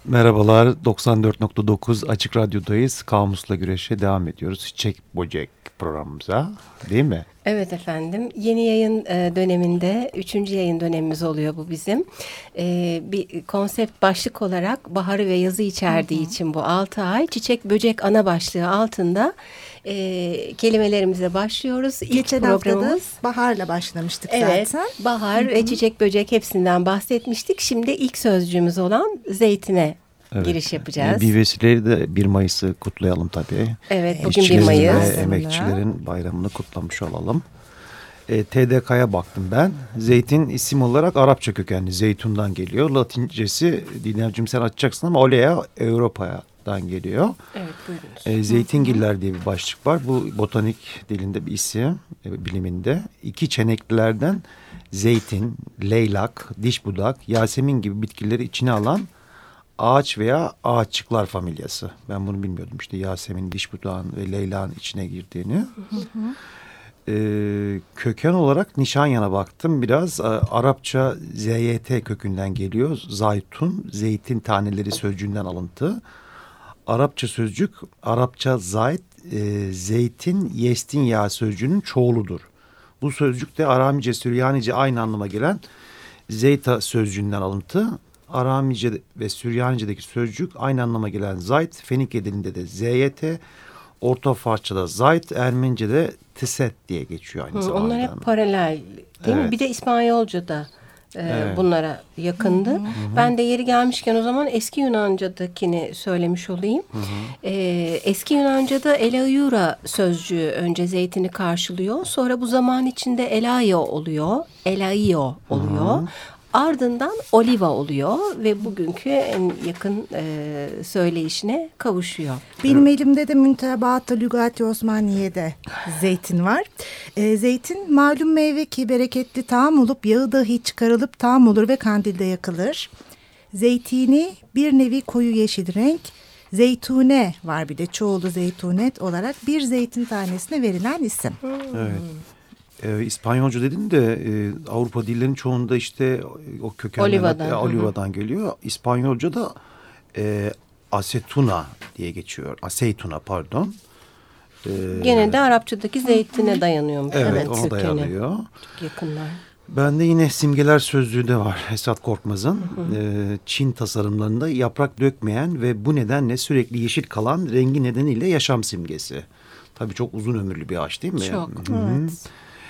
Merhabalar, 94.9 Açık Radyo'dayız. Kamusla güreşe devam ediyoruz. Çiçek Böcek programımıza, değil mi? Evet efendim. Yeni yayın döneminde 3. yayın dönemimiz oluyor bu bizim. Bir konsept başlık olarak baharı ve yazı içerdiği için bu 6 ay çiçek böcek ana başlığı altında kelimelerimize başlıyoruz. Geçen hafta da baharla başlamıştık evet, zaten. Bahar ve çiçek böcek hepsinden bahsetmiştik. Şimdi ilk sözcüğümüz olan zeytine giriş yapacağız. Bir vesileyle de 1 Mayıs'ı kutlayalım tabii. Evet, bugün 1 Mayıs. Ve emekçilerin bayramını kutlamış olalım. TDK'ya baktım ben. Zeytin isim olarak Arapça kökenli, zeytundan geliyor. Latincesi, Didemciğim sen açacaksın ama olea, Avrupa'dan geliyor. Evet, buyurunuz. Zeytingiller diye bir başlık var. Bu botanik dilinde bir isim, biliminde. 2 çeneklilerden zeytin, leylak, diş budak, yasemin gibi bitkileri içine alan ağaç veya ağaççıklar familyası. Ben bunu bilmiyordum, işte Yasemin, diş budağın ve leylağın içine girdiğini. Köken olarak Nişanyan'a baktım biraz. Arapça ZYT kökünden geliyor. Zaytun, zeytin taneleri sözcüğünden alıntı. Arapça sözcük, Arapça zayt, zeytin, yestin yağı sözcüğünün çoğuludur. Bu sözcük de Aramice, Süryanice aynı anlama gelen zeyta sözcüğünden alıntı. Aramice ve Süryanice'deki sözcük aynı anlama gelen zayt, Fenike dilinde de ZYT, Orta Farsça'da zayt, Ermenice'de tiset diye geçiyor aynı zamanda. Onlar hep paralel değil mi? Bir de İspanyolca'da bunlara yakındı. Ben de yeri gelmişken o zaman eski Yunanca'dakini söylemiş olayım. Eski Yunanca'da elaiura sözcüğü önce zeytini karşılıyor. Sonra bu zaman içinde elaio oluyor. Elaio oluyor. Ardından oliva oluyor ve bugünkü en yakın söyleyişine kavuşuyor. Benim elimde de Müntebaat-ı Lügat-i Osmaniye'de zeytin var. Zeytin malum meyve ki bereketli taam olup yağı dahi çıkarılıp taam olur ve kandilde yakılır. Zeytini bir nevi koyu yeşil renk. Zeytune var, bir de çoğulu zeytunet olarak bir zeytin tanesine verilen isim. Evet. İspanyolca dedin de Avrupa dillerinin çoğunda işte o kökenler Oliva'dan geliyor. İspanyolca da asetuna diye geçiyor. Aseituna pardon. Gene de Arapçadaki zeytine dayanıyormuş. Evet, ona dayanıyor. Çok yakınlar. Bende yine simgeler sözlüğü de var Esat Korkmaz'ın. Çin tasarımlarında yaprak dökmeyen ve bu nedenle sürekli yeşil kalan rengi nedeniyle yaşam simgesi. Tabii çok uzun ömürlü bir ağaç değil mi? Çok. Evet.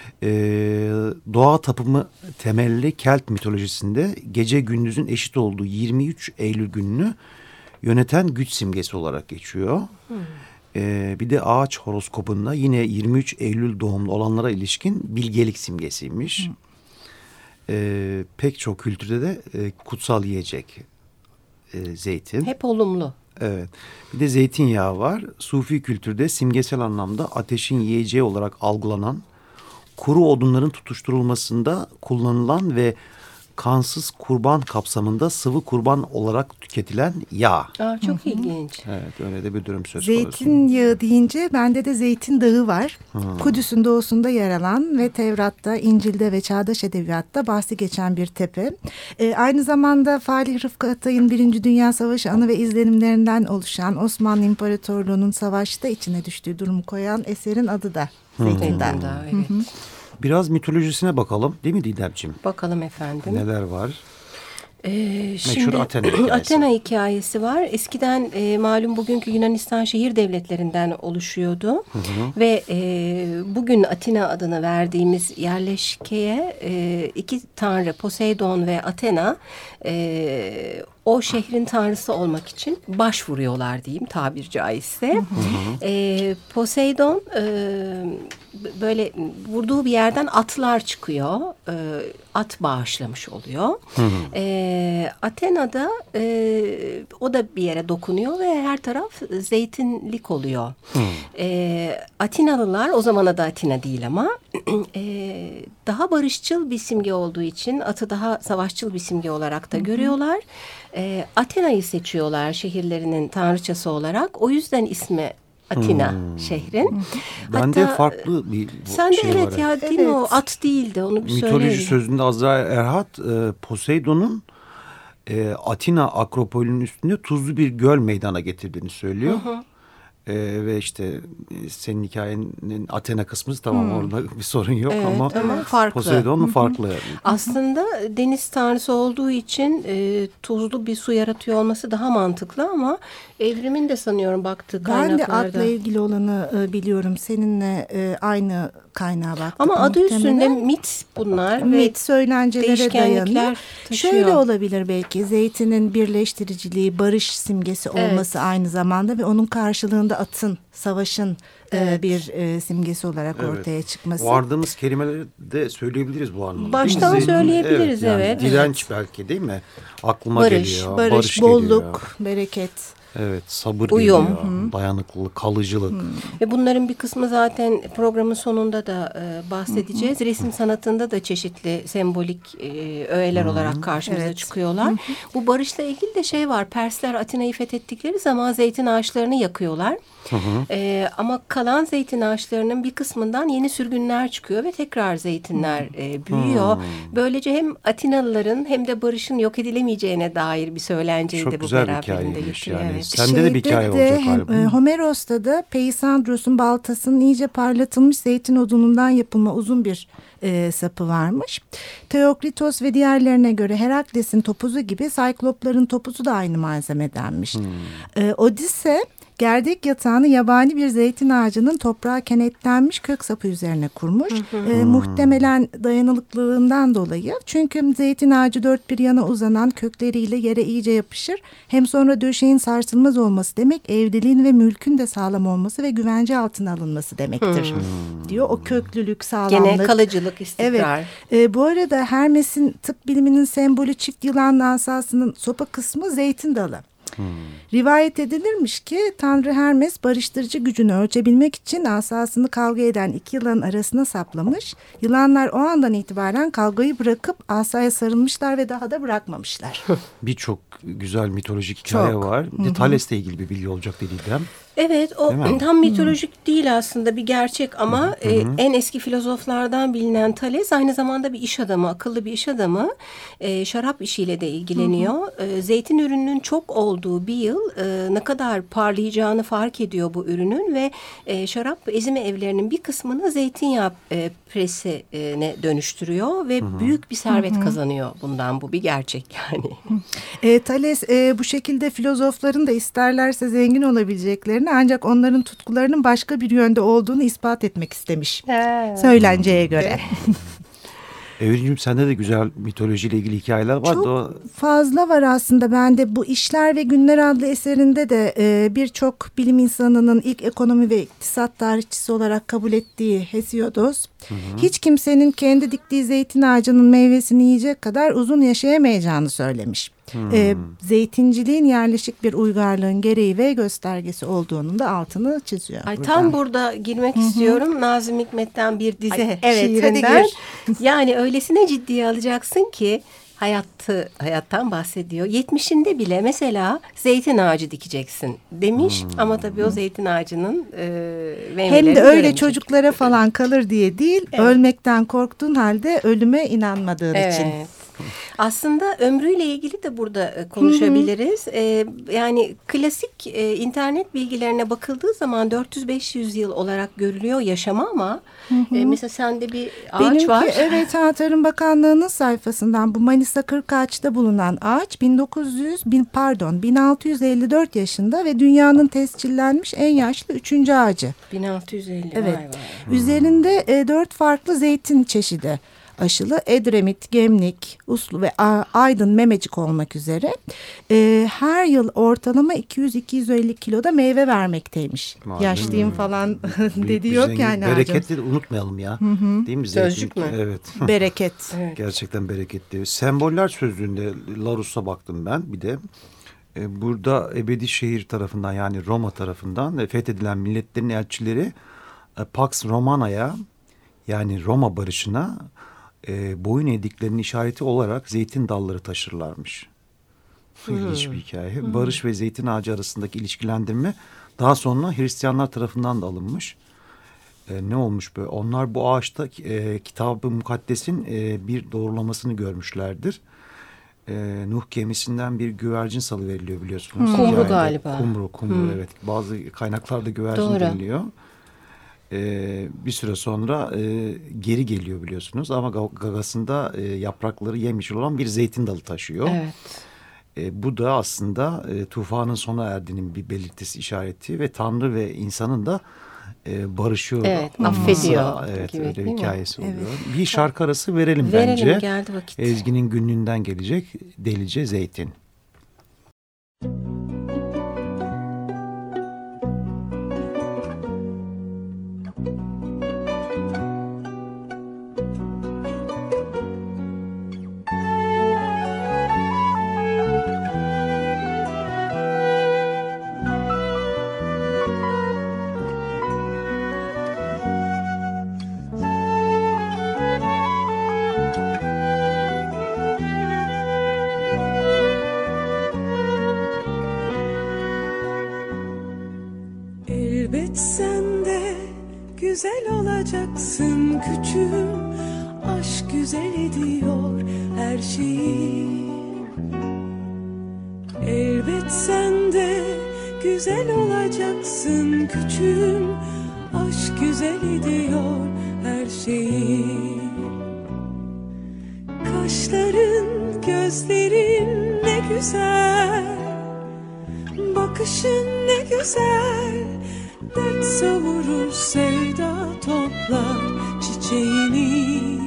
Doğa tapımı temelli Kelt mitolojisinde gece gündüzün eşit olduğu 23 Eylül gününü yöneten güç simgesi olarak geçiyor. Bir de ağaç horoskopunda yine 23 Eylül doğumlu olanlara ilişkin bilgelik simgesiymiş. Pek çok kültürde de kutsal yiyecek zeytin. Hep olumlu. Evet. Bir de zeytinyağı var. Sufi kültürde simgesel anlamda ateşin yiyeceği olarak algılanan, kuru odunların tutuşturulmasında kullanılan ve kansız kurban kapsamında sıvı kurban olarak tüketilen yağ. Çok ilginç. Evet, öyle de bir durum söz konusu. Zeytinyağı deyince bende de Zeytin Dağı var. Kudüs'ün doğusunda yer alan ve Tevrat'ta, İncil'de ve Çağdaş Edebiyat'ta bahsi geçen bir tepe. Aynı zamanda Falih Rıfkı Atay'ın 1. Dünya Savaşı anı ve izlenimlerinden oluşan Osmanlı İmparatorluğu'nun savaşta içine düştüğü durumu koyan eserin adı da Zeytin Dağı. Evet. Biraz mitolojisine bakalım değil mi Didemciğim? Bakalım efendim. Neler var? Şimdi Athena hikayesi. Athena hikayesi var. Eskiden malum bugünkü Yunanistan şehir devletlerinden oluşuyordu. Ve bugün Atina adını verdiğimiz yerleşkeye 2 tanrı Poseidon ve Athena o şehrin tanrısı olmak için başvuruyorlar diyeyim tabir caizse. Poseidon böyle vurduğu bir yerden atlar çıkıyor. At bağışlamış oluyor. Athena'da o da bir yere dokunuyor ve her taraf zeytinlik oluyor. Atinalılar, o zaman adı Atina değil ama daha barışçıl bir simge olduğu için atı daha savaşçıl bir simge olarak da görüyorlar. Athena'yı seçiyorlar şehirlerinin tanrıçası olarak. O yüzden ismi Atina şehrin. Bende farklı bir sen şey de evet var. ya değil mi, o at değildi, onu bir Mitoloji söyleyelim. sözünde Azrail Erhat Poseidon'un Atina Akropolü'nün üstünde tuzlu bir göl meydana getirdiğini söylüyor. Ve işte senin hikayenin Athena kısmı tamam orada bir sorun yok ama farklı. Poseidon farklı. Aslında deniz tanrısı olduğu için tuzlu bir su yaratıyor olması daha mantıklı ama evrimin de sanıyorum baktığı kaynaklarda. Ben de atla ilgili olanı biliyorum. Seninle aynı kaynağa baktık. Ama adı üstünde mit bunlar. Mit söylencelere dayanıyor. Taşıyor. Şöyle olabilir belki, zeytinin birleştiriciliği, barış simgesi olması aynı zamanda ve onun karşılığında atın, savaşın bir simgesi olarak ortaya çıkması. Vardığımız kelimeleri de söyleyebiliriz bu anlamda. Baştan söyleyebiliriz yani direnç belki değil mi? Aklıma geliyor. Barış, bolluk, bereket. Evet, sabır uyum, geliyor, dayanıklılık, kalıcılık. Ve bunların bir kısmı zaten programın sonunda da bahsedeceğiz. Resim sanatında da çeşitli sembolik öğeler olarak karşımıza çıkıyorlar. Bu barışla ilgili de şey var. Persler Atina'yı fethettikleri zaman zeytin ağaçlarını yakıyorlar. Ama kalan zeytin ağaçlarının bir kısmından yeni sürgünler çıkıyor ve tekrar zeytinler büyüyor. Böylece hem Atinalıların hem de barışın yok edilemeyeceğine dair bir söylenceyi çok de bu güzel beraberinde getiriyor. Yani. Sende de bir hikaye olacak galiba. Homeros'ta da Peisandros'un baltasının iyice parlatılmış zeytin odunundan yapılma uzun bir sapı varmış. Theokritos ve diğerlerine göre Herakles'in topuzu gibi Cyklopların topuzu da aynı malzemedenmiş. Odisse gerdek yatağını yabani bir zeytin ağacının toprağa kenetlenmiş kök sapı üzerine kurmuş. Muhtemelen dayanıklılığından dolayı. Çünkü zeytin ağacı dört bir yana uzanan kökleriyle yere iyice yapışır. Hem sonra döşeğin sarsılmaz olması demek evliliğin ve mülkün de sağlam olması ve güvence altına alınması demektir. Diyor o köklülük, sağlamlık. Gene kalıcılık, istikrar. Evet. Bu arada Hermes'in tıp biliminin sembolü çift yılanlı asasının sopa kısmı zeytin dalı. Rivayet edilirmiş ki Tanrı Hermes barıştırıcı gücünü ölçebilmek için asasını kavga eden iki yılanın arasına saplamış. Yılanlar o andan itibaren kavgayı bırakıp asaya sarılmışlar ve daha da bırakmamışlar. Birçok güzel mitolojik hikaye var. Bir de Thales'le ilgili bir bilgi olacak Didem. Evet, o tam mitolojik değil aslında, bir gerçek ama en eski filozoflardan bilinen Thales aynı zamanda bir iş adamı, akıllı bir iş adamı. Şarap işiyle de ilgileniyor. Zeytin ürününün çok olduğu bir yıl ne kadar parlayacağını fark ediyor bu ürünün ve şarap ezime evlerinin bir kısmını zeytinyağı presine dönüştürüyor ve büyük bir servet kazanıyor bundan. Bu bir gerçek yani. Thales bu şekilde filozofların da isterlerse zengin olabileceklerini, ancak onların tutkularının başka bir yönde olduğunu ispat etmek istemiş. Söylenceye göre. Evrimciğim, sende de güzel mitolojiyle ilgili hikayeler var. Çok fazla var aslında. Ben de bu İşler ve Günler adlı eserinde de birçok bilim insanının ilk ekonomi ve iktisat tarihçisi olarak kabul ettiği Hesiodos, hiç kimsenin kendi diktiği zeytin ağacının meyvesini yiyecek kadar uzun yaşayamayacağını söylemiş. Zeytinciliğin yerleşik bir uygarlığın gereği ve göstergesi olduğunun da altını çiziyor. Tam burada girmek istiyorum. Nazım Hikmet'ten bir dize evet, şiirinden. Yani öylesine ciddiye alacaksın ki hayattan bahsediyor. 70'inde bile mesela zeytin ağacı dikeceksin demiş. Ama tabii o zeytin ağacının meyvelerini hem de öyle göremeyecek. Çocuklara falan kalır diye değil, ölmekten korktuğun halde ölüme inanmadığın için. Aslında ömrüyle ilgili de burada konuşabiliriz. Yani klasik internet bilgilerine bakıldığı zaman 400-500 yıl olarak görülüyor yaşama ama mesela sende bir ağaç var. Evet, Tarım Bakanlığı'nın sayfasından bu Manisa Kırkağaç'ta bulunan ağaç 1654 yaşında ve dünyanın tescillenmiş en yaşlı 3. ağacı. 1650. Evet. Vay. Üzerinde 4 farklı zeytin çeşidi aşılı, Edremit, Gemlik, Uslu ve Aydın, Memecik olmak üzere her yıl ortalama 200-250 kiloda meyve vermekteymiş. Yaşlıyım falan dediği yok yani. Bereketli de unutmayalım ya. Değil mi? Sözcük mü? Evet. Bereket. Evet. Gerçekten bereketli. Semboller sözlüğünde Larouss'a baktım ben bir de. Burada ebedi şehir tarafından, yani Roma tarafından fethedilen milletlerin elçileri Pax Romana'ya, yani Roma barışına boyun eğdiklerinin işareti olarak zeytin dalları taşırlarmış. İlginç bir hikaye. Barış ve zeytin ağacı arasındaki ilişkilendirme daha sonra Hristiyanlar tarafından da alınmış. Ne olmuş böyle? Onlar bu ağaçta Kitab-ı Mukaddes'in bir doğrulamasını görmüşlerdir. Nuh gemisinden bir güvercin salıveriliyor biliyorsunuz. Kumru galiba. Kumru evet. Bazı kaynaklarda güvercin deniliyor. Bir süre sonra geri geliyor biliyorsunuz. Ama gagasında yaprakları yemiş olan bir zeytin dalı taşıyor. Evet. Bu da aslında tufanın sona erdiğinin bir belirtisi, işareti ve Tanrı ve insanın da barışıyor. Evet, affediyor. Evet, gibi, öyle bir hikayesi oluyor. Evet. Bir şarkı arası verelim bence. Verelim, geldi vakit. Ezgi'nin günlüğünden gelecek Delice Zeytin. Elbet sen de güzel olacaksın küçüğüm. Aşk güzel ediyor her şeyi. Elbet sen de güzel olacaksın küçüğüm. Aşk güzel ediyor her şeyi. Kaşların, gözlerin ne güzel, bakışın ne güzel. Dert savurur, sevda toplar çiçeğini.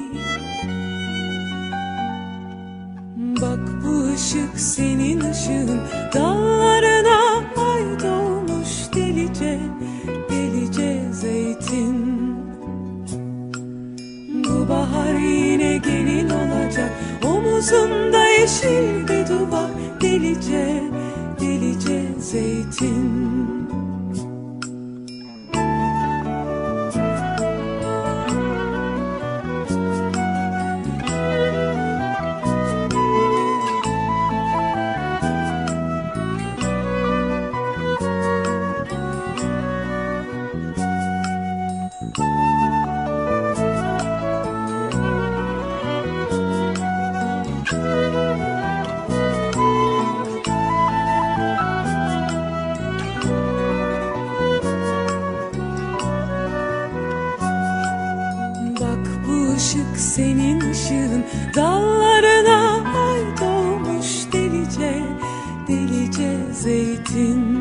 Bak bu ışık senin ışığın, dallarına ay doğmuş delice, delice zeytin. Bu bahar yine gelin olacak, omuzunda yeşil bir duvak, delice, delice zeytin. Işık senin ışığın, dallarına ay doğmuş delice, delice zeytin.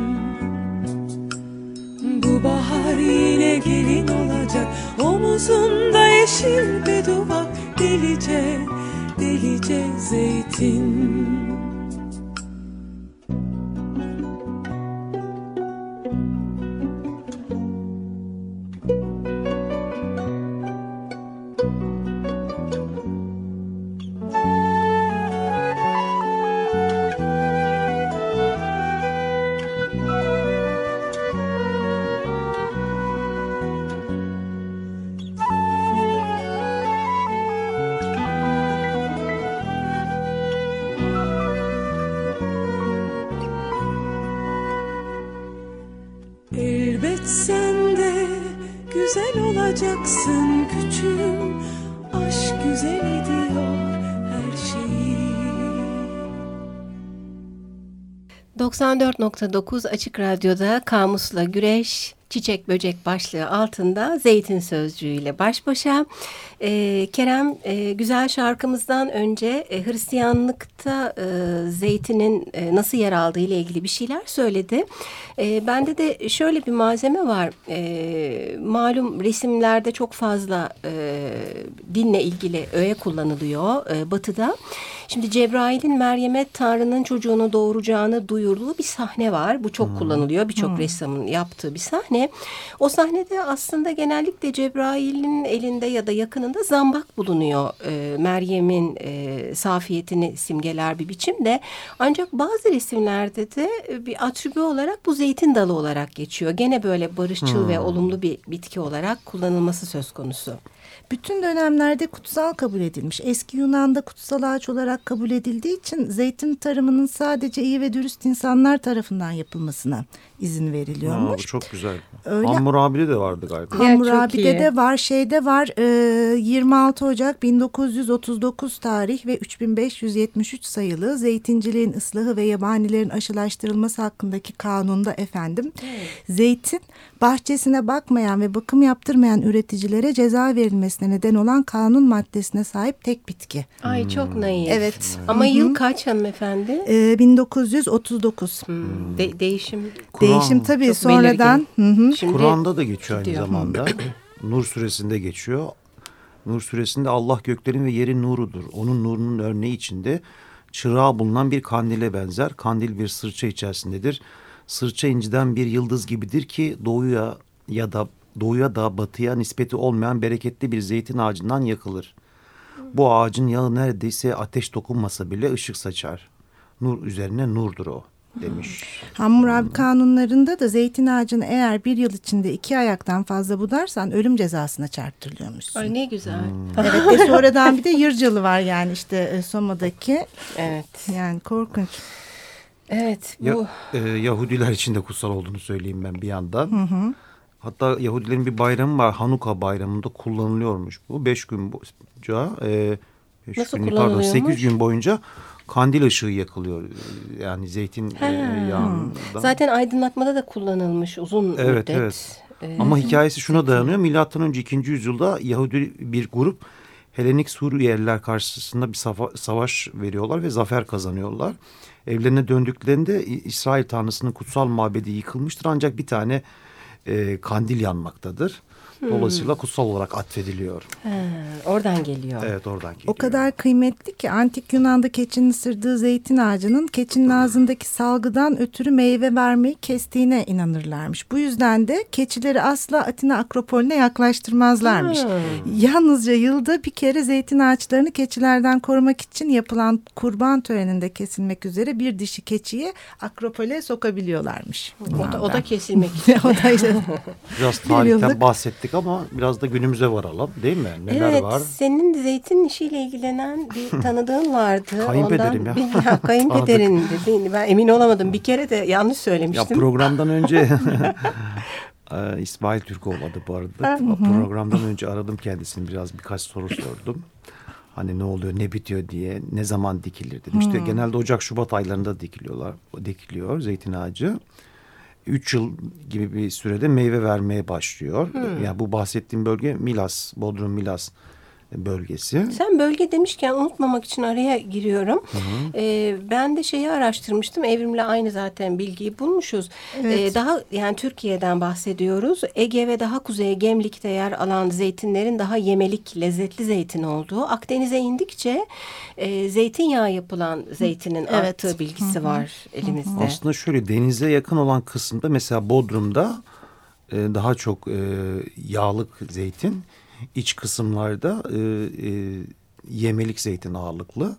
Bu bahar yine gelin olacak, omuzunda yeşil bir duvak, delice, delice zeytin. Elbet sen de güzel olacaksın küçüğüm. Aşk güzel ediyor her şeyi. 94.9 Açık Radyo'da Kamus'la Güreş, Çiçek Böcek başlığı altında Zeytin sözcüğüyle baş başa. Kerem güzel şarkımızdan önce Hristiyanlıkta zeytinin nasıl yer aldığı ile ilgili bir şeyler söyledi. Bende de şöyle bir malzeme var. Malum resimlerde çok fazla dinle ilgili öğe kullanılıyor Batı'da. Şimdi Cebrail'in Meryem'e Tanrı'nın çocuğunu doğuracağını duyurduğu bir sahne var. Bu çok kullanılıyor. Birçok ressamın yaptığı bir sahne. O sahnede aslında genellikle Cebrail'in elinde ya da yakınında zambak bulunuyor. Meryem'in safiyetini simgeler bir biçimde. Ancak bazı resimlerde de bir atribü olarak bu zeytin dalı olarak geçiyor. Gene böyle barışçıl ve olumlu bir bitki olarak kullanılması söz konusu. bütün dönemlerde kutsal kabul edilmiş. Eski Yunan'da kutsal ağaç olarak kabul edildiği için zeytin tarımının sadece iyi ve dürüst insanlar tarafından yapılmasına izin veriliyormuş. Bu çok güzel. Öyle. Hammurabi'de de vardı galiba. Hammurabi'de de var, şeyde var. 26 Ocak 1939 tarih ve 3573 sayılı zeytinciliğin ıslahı ve yabanilerin aşılaştırılması hakkındaki kanunda efendim. Zeytin bahçesine bakmayan ve bakım yaptırmayan üreticilere ceza verilmesine neden olan kanun maddesine sahip tek bitki. Ay çok naif. Evet. Ama yıl kaç hanımefendi? 1939. Değişim. Değişim tabii Çok sonradan. Şimdi Kur'an'da da geçiyor aynı gidiyor. zamanda. Nur suresinde geçiyor. Nur suresinde Allah göklerin ve yerin nurudur. Onun nurunun örneği içinde çırağı bulunan bir kandile benzer. Kandil bir sırça içerisindedir. Sırça inciden bir yıldız gibidir ki doğuya da batıya nispeti olmayan bereketli bir zeytin ağacından yakılır. Bu ağacın yağı neredeyse ateş dokunmasa bile ışık saçar. Nur üzerine nurdur o demiş. Hammurabi kanunlarında da zeytin ağacını eğer bir yıl içinde 2 ayaktan fazla budarsan ölüm cezasına çarptırılıyormuşsun. Ay ne güzel. Evet, sonradan bir de Yırcalı var yani işte Soma'daki. Evet. Yani korkunç. Evet. Bu Yahudiler için de kutsal olduğunu söyleyeyim ben bir yandan. Hatta Yahudilerin bir bayramı var. Hanuka bayramında kullanılıyormuş bu. 5 gün boyunca, Nasıl kullanılıyormuş? 8 gün boyunca kandil ışığı yakılıyor. Yani zeytin yağında. Zaten aydınlatmada da kullanılmış uzun müddet. Evet. Ama hikayesi şuna dayanıyor. Milattan önce 2. yüzyılda Yahudi bir grup Helenik Suriyeliler karşısında bir savaş veriyorlar ve zafer kazanıyorlar. Evlerine döndüklerinde İsrail Tanrısı'nın kutsal mabedi yıkılmıştır ancak bir tane kandil yanmaktadır. Dolayısıyla kutsal olarak atfediliyor. Oradan geliyor. Evet, oradan geliyor. O kadar kıymetli ki antik Yunan'da keçinin ısırdığı zeytin ağacının keçinin ağzındaki salgıdan ötürü meyve vermeyi kestiğine inanırlarmış. Bu yüzden de keçileri asla Atina Akropolü'ne yaklaştırmazlarmış. Yalnızca yılda bir kere zeytin ağaçlarını keçilerden korumak için yapılan kurban töreninde kesilmek üzere bir dişi keçiyi Akropol'e sokabiliyorlarmış. O da kesilmek için. O da işte biraz tarihten bahsettik ama biraz da günümüze varalım değil mi? Neler var? Senin zeytin işiyle ilgilenen bir tanıdığın vardı. Kayınpederim ya. Kayınpederin dedi. Ben emin olamadım. Bir kere de yanlış söylemiştim. Ya programdan önce İsmail Türkoğlu adı bu arada. Programdan önce aradım kendisini, birkaç soru sordum. Hani ne oluyor, ne bitiyor diye, ne zaman dikilir dedim. İşte genelde Ocak-Şubat aylarında dikiliyor zeytin ağacı. 3 yıl gibi bir sürede meyve vermeye başlıyor. Yani bu bahsettiğim bölge Milas, Bodrum Milas bölgesi. Sen bölge demişken unutmamak için araya giriyorum. Ben de şeyi araştırmıştım. Evrimle aynı zaten bilgiyi bulmuşuz. Evet. Daha yani Türkiye'den bahsediyoruz. Ege ve daha kuzeye Gemlik'te yer alan zeytinlerin daha yemelik, lezzetli zeytin olduğu. Akdeniz'e indikçe zeytinyağı yapılan zeytinin arttığı bilgisi var elimizde. Aslında şöyle, denize yakın olan kısımda mesela Bodrum'da daha çok yağlık zeytin. İç kısımlarda yemelik zeytin ağırlıklı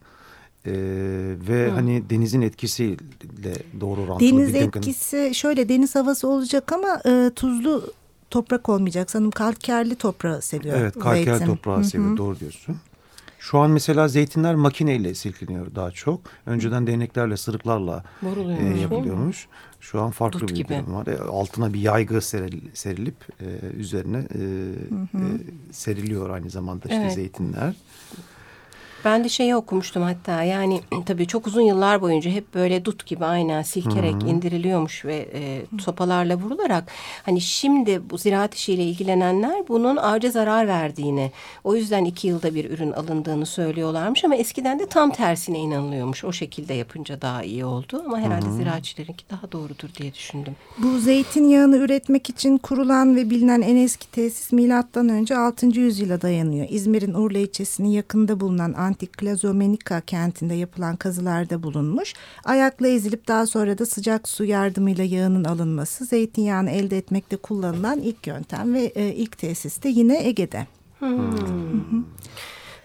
ve hani denizin etkisiyle doğru orantılı. Deniz etkisi şöyle, deniz havası olacak ama tuzlu toprak olmayacak. Sanırım kalkerli toprağı seviyor. Evet, kalkerli toprağı seviyor. Doğru diyorsun. Şu an mesela zeytinler makineyle silkiniyor daha çok. Önceden değneklerle, sırıklarla yapılıyormuş. Şu an farklı bir durum var. Altına bir yaygı serilip üzerine seriliyor aynı zamanda işte zeytinler. Ben de şeyi okumuştum hatta, yani tabii çok uzun yıllar boyunca hep böyle dut gibi aynen silkerek indiriliyormuş ve sopalarla vurularak, hani şimdi bu ziraat işiyle ilgilenenler bunun ağaca zarar verdiğini, o yüzden 2 yılda bir ürün alındığını söylüyorlarmış ama eskiden de tam tersine inanılıyormuş. O şekilde yapınca daha iyi oldu ama herhalde ziraatçilerinki daha doğrudur diye düşündüm. Bu zeytinyağını üretmek için kurulan ve bilinen en eski tesis milattan önce 6. yüzyıla dayanıyor. İzmir'in Urla ilçesinin yakında bulunan antik Klazomenika kentinde yapılan kazılarda bulunmuş. Ayakla ezilip daha sonra da sıcak su yardımıyla yağının alınması zeytinyağını elde etmekte kullanılan ilk yöntem ve ilk tesis de yine Ege'de.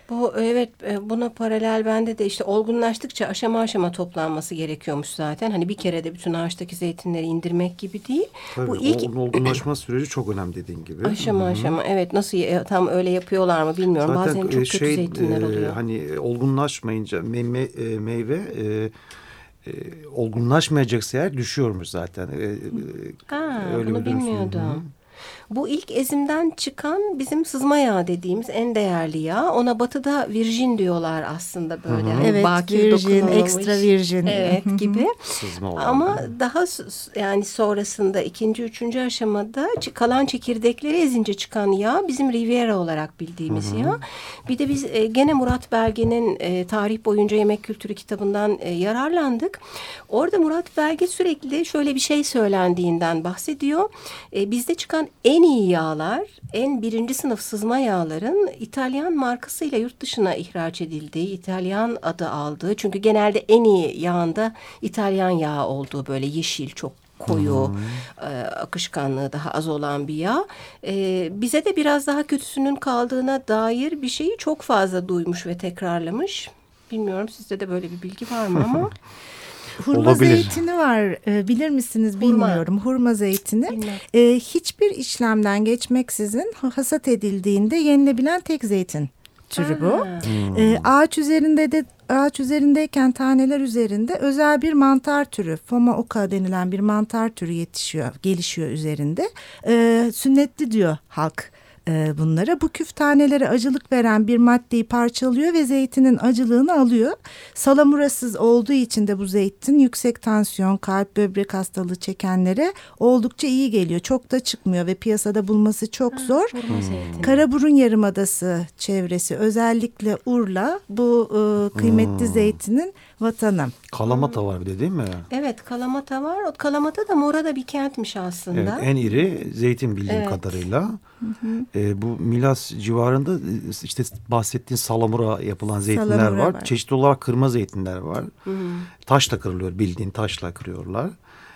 Bu evet, buna paralel bende de işte olgunlaştıkça aşama aşama toplanması gerekiyormuş zaten. Hani bir kere de bütün ağaçtaki zeytinleri indirmek gibi değil. Tabii, bu ilk olgunlaşma süreci çok önemli dediğin gibi. aşama aşama, evet, nasıl tam öyle yapıyorlar mı bilmiyorum. Zaten bazen çok kötü zeytinler oluyor. Hani olgunlaşmayınca meyve olgunlaşmayacaksa eğer düşüyormuş zaten. Öyle bunu bilmiyordum. Hı-hı. Bu ilk ezimden çıkan bizim sızma yağı dediğimiz en değerli yağ. Ona batıda virjin diyorlar aslında böyle. Hani evet, bakir virjin, dokunulmamış. ekstra virjin. Evet gibi. Sızma olan. Ama daha yani sonrasında ikinci, üçüncü aşamada kalan çekirdekleri ezince çıkan yağ bizim Riviera olarak bildiğimiz yağ. Bir de biz gene Murat Belge'nin tarih boyunca yemek kültürü kitabından yararlandık. Orada Murat Belge sürekli şöyle bir şey söylendiğinden bahsediyor. Bizde çıkan en iyi yağlar, en birinci sınıf sızma yağların İtalyan markasıyla yurt dışına ihraç edildiği, İtalyan adı aldığı. Çünkü genelde en iyi yağında İtalyan yağı olduğu, böyle yeşil, çok koyu, akışkanlığı daha az olan bir yağ. Bize de biraz daha kötüsünün kaldığına dair bir şeyi çok fazla duymuş ve tekrarlamış. Bilmiyorum, sizde de böyle bir bilgi var mı ama... Hurma olabilir. zeytini var. Bilir misiniz bilmiyorum. Hurma zeytini. Hiçbir işlemden geçmeksizin hasat edildiğinde yenilebilen tek zeytin türü bu. Ağaç üzerindeyken taneler üzerinde özel bir mantar türü, Phoma oca denilen bir mantar türü gelişiyor üzerinde. Sünnetli diyor halk bunlara. Bu küf tanelere acılık veren bir maddeyi parçalıyor ve zeytinin acılığını alıyor. Salamurasız olduğu için de bu zeytin yüksek tansiyon, kalp, böbrek hastalığı çekenlere oldukça iyi geliyor. Çok da çıkmıyor ve piyasada bulması çok zor. Karaburun Yarımadası çevresi, özellikle Urla, bu kıymetli zeytinin vatanı. Kalamata var bir de değil mi? Evet, Kalamata var. O Kalamata da Mora'da bir kentmiş aslında. Evet, en iri zeytin bildiğim kadarıyla. Bu Milas civarında işte bahsettiğin salamura yapılan zeytinler var. Çeşitli olarak kırma zeytinler var. Taşla kırılıyor, bildiğin taşla kırıyorlar.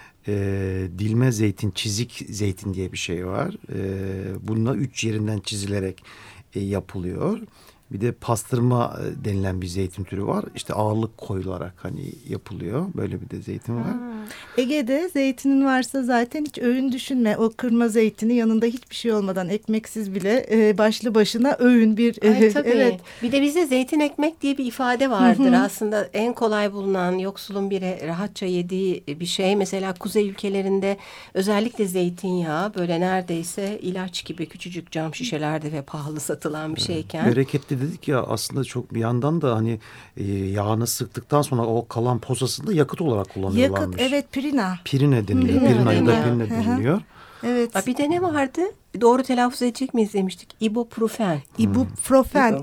Dilme zeytin, çizik zeytin diye bir şey var. Bununla 3 yerinden çizilerek yapılıyor. Bir de pastırma denilen bir zeytin türü var. İşte ağırlık koyularak hani yapılıyor. Böyle bir de zeytin var. Ege'de zeytinin varsa zaten hiç öğün düşünme. O kırma zeytini yanında hiçbir şey olmadan, ekmeksiz bile başlı başına öğün bir. Tabii. Evet. Bir de bizde zeytin ekmek diye bir ifade vardır. Aslında en kolay bulunan, yoksulun biri rahatça yediği bir şey. Mesela kuzey ülkelerinde özellikle zeytinyağı böyle neredeyse ilaç gibi küçücük cam şişelerde ve pahalı satılan bir şeyken. Bereketli dedik ya, aslında çok bir yandan da hani yağını sıktıktan sonra o kalan posasını da yakıt olarak kullanıyorlarmış. Yakıt, evet, pirina. Pirine deniliyor. Pirina ya da pirine deniliyor. Evet. Bir de ne vardı? Doğru telaffuz edecek miyiz demiştik. İbuprofen. İbuprofen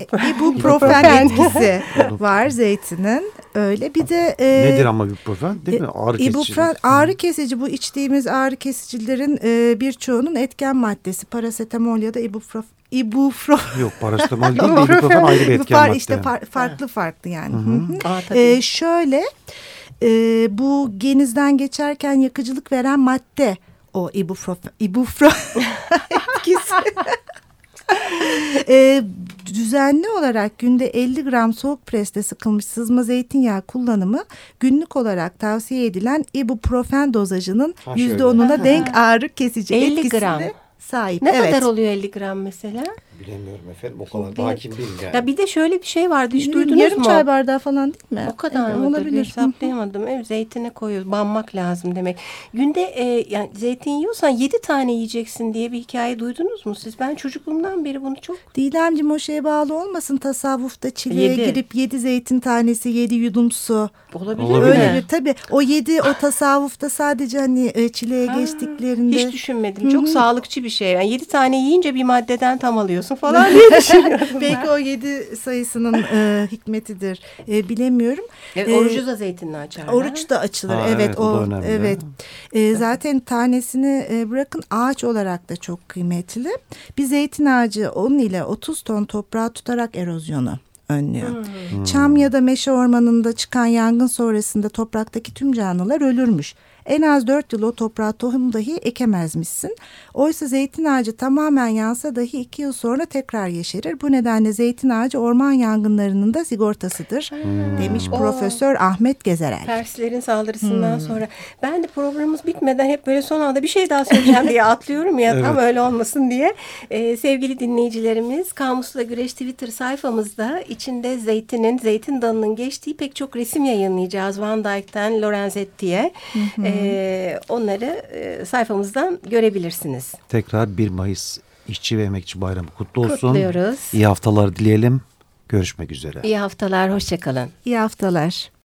etkisi var zeytinin. Öyle bir de... Nedir ama ibuprofen değil mi? Ağrı kesici. İbuprofen ağrı kesici. Bu içtiğimiz ağrı kesicilerin birçoğunun etken maddesi. Parasetamol ya da ibuprofen. Yok, parasetamol değil de ibuprofen ayrı bir etken madde. İşte farklı yani. Şöyle bu genizden geçerken yakıcılık veren madde o ibuprofen etkisi. Düzenli olarak günde 50 gram soğuk presle sıkılmış sızma zeytinyağı kullanımı günlük olarak tavsiye edilen ibuprofen dozajının %10'una denk ağrı kesici 50 etkisine gram. sahip. Ne kadar oluyor 50 gram mesela? Bilemiyorum efendim, o kadar da hakim değilim yani. Ya bir de şöyle bir şey vardı, hiç duydunuz mu? Yarım çay bardağı falan değil mi? O kadar mıdır? Olabilir. Hesaplayamadım. Evet, zeytine koyuyoruz. Banmak lazım demek. Günde yani zeytin yiyorsan 7 tane yiyeceksin diye bir hikaye duydunuz mu siz? Ben çocukluğumdan beri bunu çok... Didemciğim, o şeye bağlı olmasın, tasavvufta çileğe girip 7 zeytin tanesi 7 yudum su. Olabilir. Öyle bir, tabii o 7 o tasavvufta sadece hani çileğe geçtiklerinde. Hiç düşünmedim. Çok sağlıkçı bir şey. Yani 7 tane yiyince bir maddeden tam alıyorsun falan diye düşünüyorum. Belki o 7 sayısının hikmetidir. Bilemiyorum. Orucu da zeytinle açarlar. Oruç da açılır. Evet, o da önemli. Evet. Zaten tanesini bırakın, ağaç olarak da çok kıymetli. Bir zeytin ağacı 10 ile 30 ton toprağı tutarak erozyonu önlüyor. Çam ya da meşe ormanında çıkan yangın sonrasında topraktaki tüm canlılar ölürmüş. En az 4 yıl o toprağa tohum dahi ekemezmişsin. Oysa zeytin ağacı tamamen yansa dahi 2 yıl sonra tekrar yeşerir. Bu nedenle zeytin ağacı orman yangınlarının da sigortasıdır demiş Profesör Ahmet Gezerel. Perslerin saldırısından sonra. Ben de programımız bitmeden hep böyle son anda bir şey daha söyleyeceğim diye atlıyorum ya, tam öyle olmasın diye. Sevgili dinleyicilerimiz, Kamusla Güreş Twitter sayfamızda içinde zeytin dalının geçtiği pek çok resim yayınlayacağız. Van Dyck'ten Lorenzetti'ye. Onları sayfamızdan görebilirsiniz. Tekrar 1 Mayıs İşçi ve Emekçi Bayramı kutlu olsun. Kutluyoruz. İyi haftalar dileyelim. Görüşmek üzere. İyi haftalar, hoşça kalın. İyi haftalar.